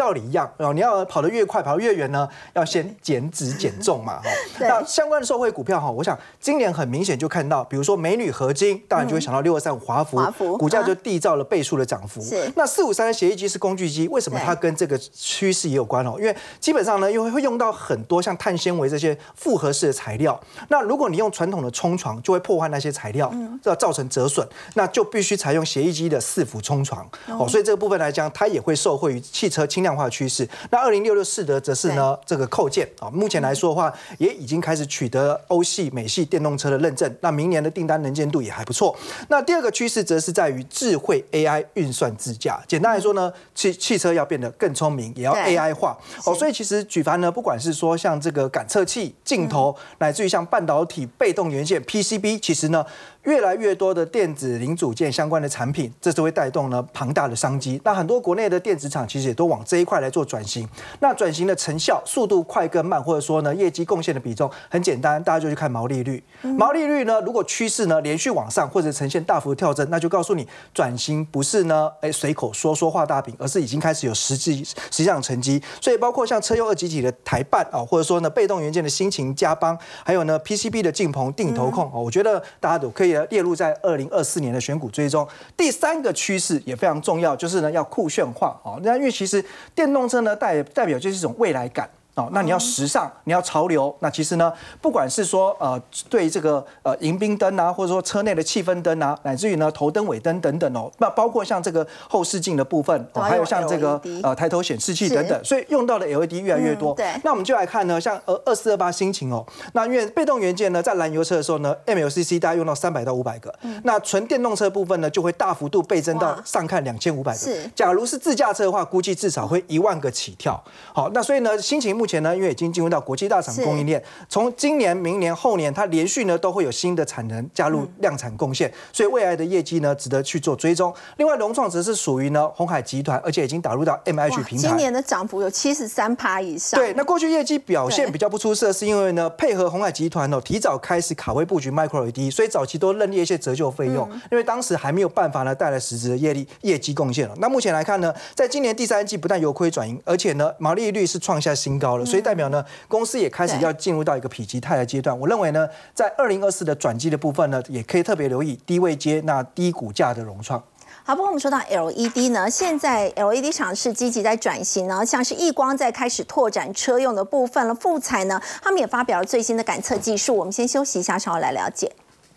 样哦，你要跑得越快，跑得越远呢，要先减脂减重嘛，那相关的受惠股票我想今年很明显就看到，比如说美女合金，当然就会想到6235华孚，股价就缔造了倍数的涨幅。那453的协议机是工具机，为什么它跟这个趋势也有关因为基本上呢，因为会用到很多像碳纤维这些复合式的材料，那如果你用传统的冲床，就会破坏那些材料，要造成折损，那就必须采用协议机的4伏冲床所以这个部分来讲，它也会受惠于汽车轻量化的趋势。那2066世德则是呢这个扣件目前来说的话，也已经开始取得欧系、美系电动车的认证，那明年的订单能见度也还不错。那第二个趋势则是在于智慧 AI 运算自驾。简单来说呢，汽车要变得更聪明，也要 AI 化所以其实举凡呢，不管是说像这个感测器、镜头，乃至于像半导体、被动元件、PCB， 其实呢，越来越多的电子零组件相关的产品，这就会带动呢庞大的商机。那很多国内的电子厂其实也都往这一块来做转型。那转型的成效、速度快跟慢，或者说呢业绩贡献的比重，很简单，大家就去看毛利率。毛利率呢，如果趋势呢连续往上，或者呈现大幅的跳增，那就告诉你转型不是呢随口说画大饼，而是已经开始有实际上的成绩。所以包括像车用2极体的台半或者说呢被动元件的新秦嘉邦，还有呢 PCB 的晋鹏、定投控我觉得大家都可以列入在2024年的选股追踪。第三个趋势也非常重要，就是呢要酷炫化那因为其实电动车呢代表就是一种未来感。那你要时尚，你要潮流，那其实呢，不管是说对这个迎宾灯啊，或者说车内的气氛灯啊，乃至于呢头灯、尾灯等等那包括像这个后视镜的部分还有像这个抬头显示器等等，所以用到的 LED 越来越多。那我们就来看呢，像2428新秦那因为被动元件呢，在燃油车的时候呢 ，MLCC 大概用到300到500个，那纯电动车部分呢，就会大幅度倍增到上看2500个。假如是自驾车的话，估计至少会1万个起跳。好，那所以呢，新秦目前呢，因为已经进入到国际大厂供应链，从今年、明年、后年，它连续呢都会有新的产能加入量产贡献，所以未来的业绩呢值得去做追踪。另外，融创则是属于呢鸿海集团，而且已经打入到 MH 平台， 今年的涨幅有73%以上。 对，那过去业绩表现比较不出色，是因为呢配合鸿海集团提早开始卡位布局 Micro LED， 所以早期都认列一些折旧费用，因为当时还没有办法呢带来实质的业绩贡献那目前来看呢，在今年第3季不但由亏转盈，而且呢毛利率是创下新高了，所以代表呢，公司也开始要进入到一个否极泰来阶段。我认为呢，在2024的转机的部分呢，也可以特别留意低位阶、那低股价的融创。 好，不过我们说到 LED 呢，现在 LED 厂是积极在转型呢，像是亿光在开始拓展车用的部分了，富彩呢，他们也发表了最新的感测技术。我们先休息一下，稍后来了解。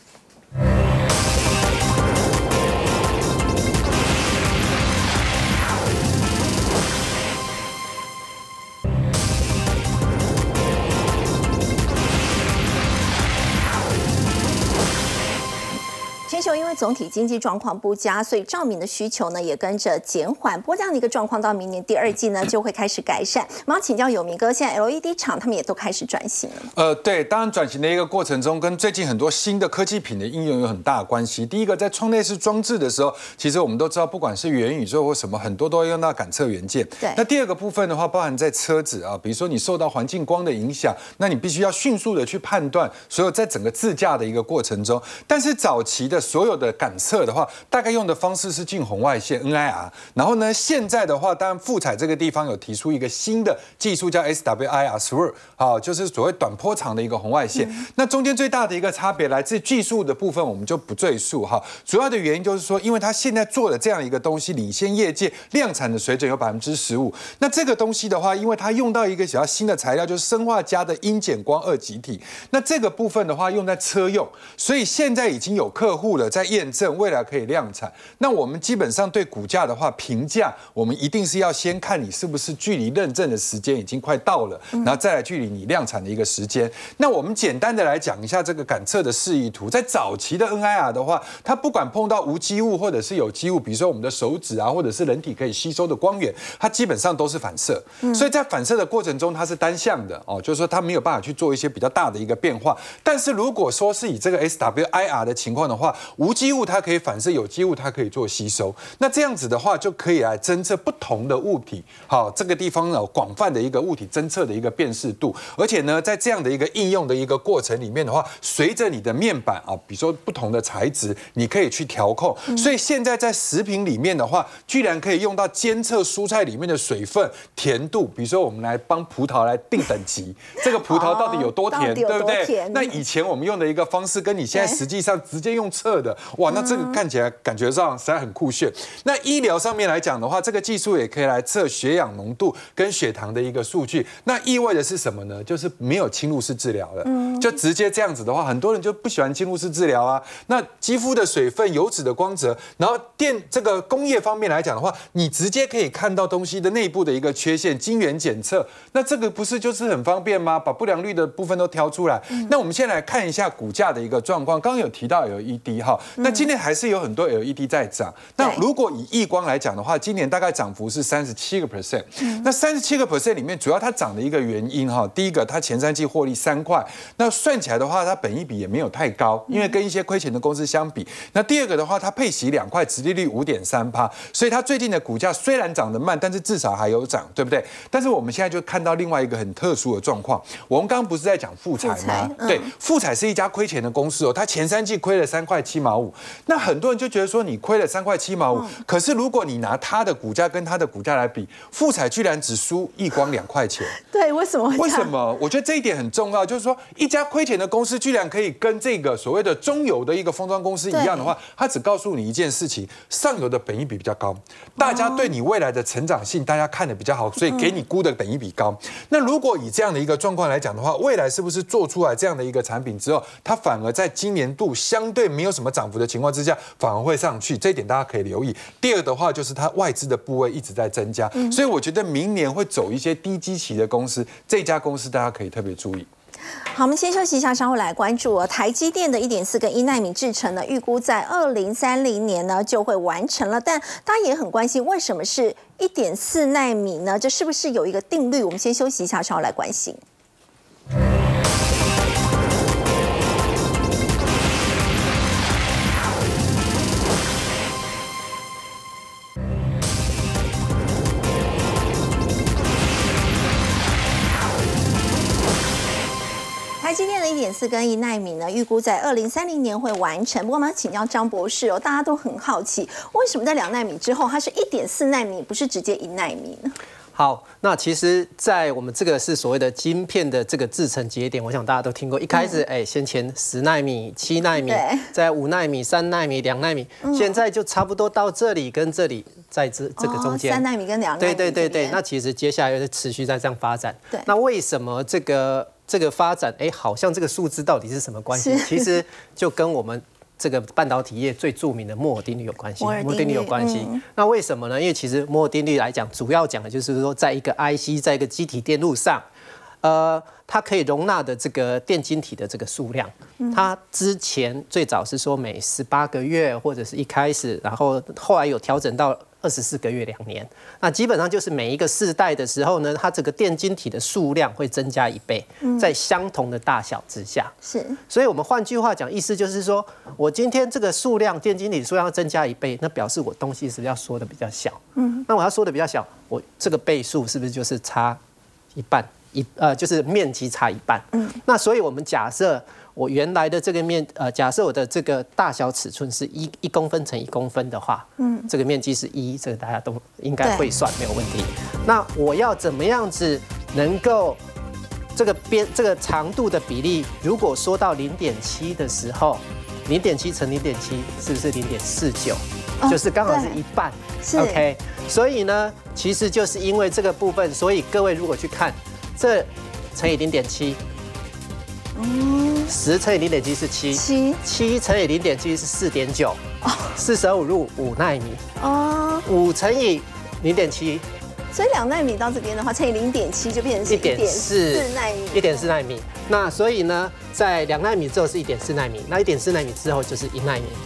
全球因为总体经济状况不佳，所以照明的需求呢也跟着减缓。不过这样的一个状况到明年第2季呢就会开始改善。我们要请教有明哥，现在 LED 厂他们也都开始转型了。 对，当然转型的一个过程中，跟最近很多新的科技品的应用有很大的关系。第一个，在窗内式装置的时候，其实我们都知道，不管是元宇宙或什么，很多都会用到感测元件。 对。 那第二个部分的话，包含在车子比如说你受到环境光的影响，那你必须要迅速的去判断所有在整个自驾的一个过程中。但是早期的所有的感测的话，大概用的方式是近红外线 NIR， 然后呢，现在的话，当然富彩这个地方有提出一个新的技术叫 SWIR， 就是所谓短波长的一个红外线。那中间最大的一个差别来自技术的部分，我们就不赘述主要的原因就是说，因为它现在做的这样一个东西，领先业界量产的水准有15%。那这个东西的话，因为它用到一个比较新的材料，就是砷化镓的阴碱光2极体。那这个部分的话，用在车用，所以现在已经有客户了在验证，未来可以量产。那我们基本上对股价的话评价，我们一定是要先看你是不是距离认证的时间已经快到了，然后再来距离你量产的一个时间。那我们简单的来讲一下这个感测的示意图。在早期的 NIR 的话，它不管碰到无机物或者是有机物，比如说我们的手指或者是人体可以吸收的光源，它基本上都是反射。所以在反射的过程中，它是单向的就是说它没有办法去做一些比较大的一个变化。但是如果说是以这个 SWIR 的情况的话， 无机物它可以反射，有机物它可以做吸收。那这样子的话，就可以来侦测不同的物体。好，这个地方呢，广泛的一个物体侦测的一个辨识度，而且呢，在这样的一个应用的一个过程里面的话，随着你的面板啊，比如说不同的材质，你可以去调控。所以现在在食品里面的话，居然可以用到监测蔬菜里面的水分、甜度。比如说，我们来帮葡萄来定等级，这个葡萄到底有多甜，对不对？那以前我们用的一个方式，跟你现在实际上直接用测的，哇，那这个看起来感觉上实在很酷炫。那医疗上面来讲的话，这个技术也可以来测血氧浓度跟血糖的一个数据。那意味的是什么呢？就是没有侵入式治疗了，就直接这样子的话，很多人就不喜欢侵入式治疗啊。那肌肤的水分、油脂的光泽，然后这个工业方面来讲的话，你直接可以看到东西的内部的一个缺陷，晶圆检测，那这个不是就是很方便吗？把不良率的部分都挑出来。那我们先来看一下股价的一个状况。刚刚有提到 LED 哈，那今年还是有很多 LED 在涨。那如果以亿光来讲的话，今年大概涨幅是37%。那37%里面，主要它涨的一个原因哈，第一个它前3季获利3块，那算起来的话，它本益比也没有太高，因为跟一些亏钱的公司相比。那第二个的话，它配息2块，殖利率5.3%，所以它最近的股价虽然涨得慢，但是至少还有涨，对不对？但是我们现在就看到另外一个很特殊的状况，我们刚刚不是在讲富彩吗？对，富彩是一家亏钱的公司哦，它前3季亏了3块7毛5。那很多人就觉得说，你亏了3块7毛5，可是如果你拿它的股价跟它的股价来比，富彩居然只输亿光2块钱。 对，为什么？ 为什么？我觉得这一点很重要，就是说一家亏钱的公司居然可以跟这个所谓的中游的一个封装公司一样的话，它只告诉你一件事情：上游的本益比比较高，大家对你未来的成长性大家看得比较好，所以给你估的本益比高。那如果以这样的一个状况来讲的话，未来是不是做出来这样的一个产品之后，它反而在今年度相对没有什么涨幅的情况之下，反而会上去？这一点大家可以留意。第二的话就是它外资的部位一直在增加，所以我觉得明年会走一些低基期的公司，这家公司大家可以特别注意。 好，我们先休息一下，稍后来关注哦。台积电的1.4跟1奈米制程呢，预估在2030年呢就会完成了，但大家也很关心，为什么是1.4奈米呢？这是不是有一个定律？我们先休息一下，稍后来关心。台积电的1.4跟1奈米呢，预估在2030年会完成。不过我们要请教张博士哦，大家都很好奇，为什么在2奈米之后，它是1.4奈米，不是直接1奈米呢？ 好，那其实，在我们这个是所谓的晶片的这个制程节点，我想大家都听过。一开始，先前10奈米、7奈米，在5奈米、3奈米、2奈米，现在就差不多到这里跟这里，在这个中间。 3奈米跟2奈米。 对，那其实接下来就持续在这样发展。对，那为什么这个发展，好像这个数字到底是什么关系？其实就跟我们这个半导体业最著名的摩尔定律有关系。摩尔定律有关系。那为什么呢？因为其实摩尔定律来讲，主要讲的就是说，在一个 IC， 在一个基体电路上，它可以容纳的这个电晶体的这个数量，它之前最早是说每18个月或者是一开始，然后后来有调整到24个月2年。那基本上就是每一个世代的时候呢，它这个电晶体的数量会增加1倍，在相同的大小之下。是，所以我们换句话讲，意思就是说我今天这个数量电晶体数量要增加1倍，那表示我东西是不是要缩的比较小？那我要缩的比较小，我这个倍数是不是就是差一半？就是面积差1半。那所以我们假设我原来的这个假设我的这个大小尺寸是1公分乘1公分的话，这个面积是1，这个大家都应该会算，没有问题。那我要怎么样子能够这个长度的比例，如果说到0.7的时候，0.7乘0.7是不是0.49？就是刚好是1半。OK， 所以呢，其实就是因为这个部分，所以各位如果去看。这乘以0.7，10乘以0.7是7乘以0.7是4.9，45入5奈米，5乘以0.7， 所以2奈米到这边的话，乘以0.7就变成1.4奈米 ，1.4奈米。那所以呢，在2奈米之后是1.4奈米，那1.4奈米之后就是1奈米。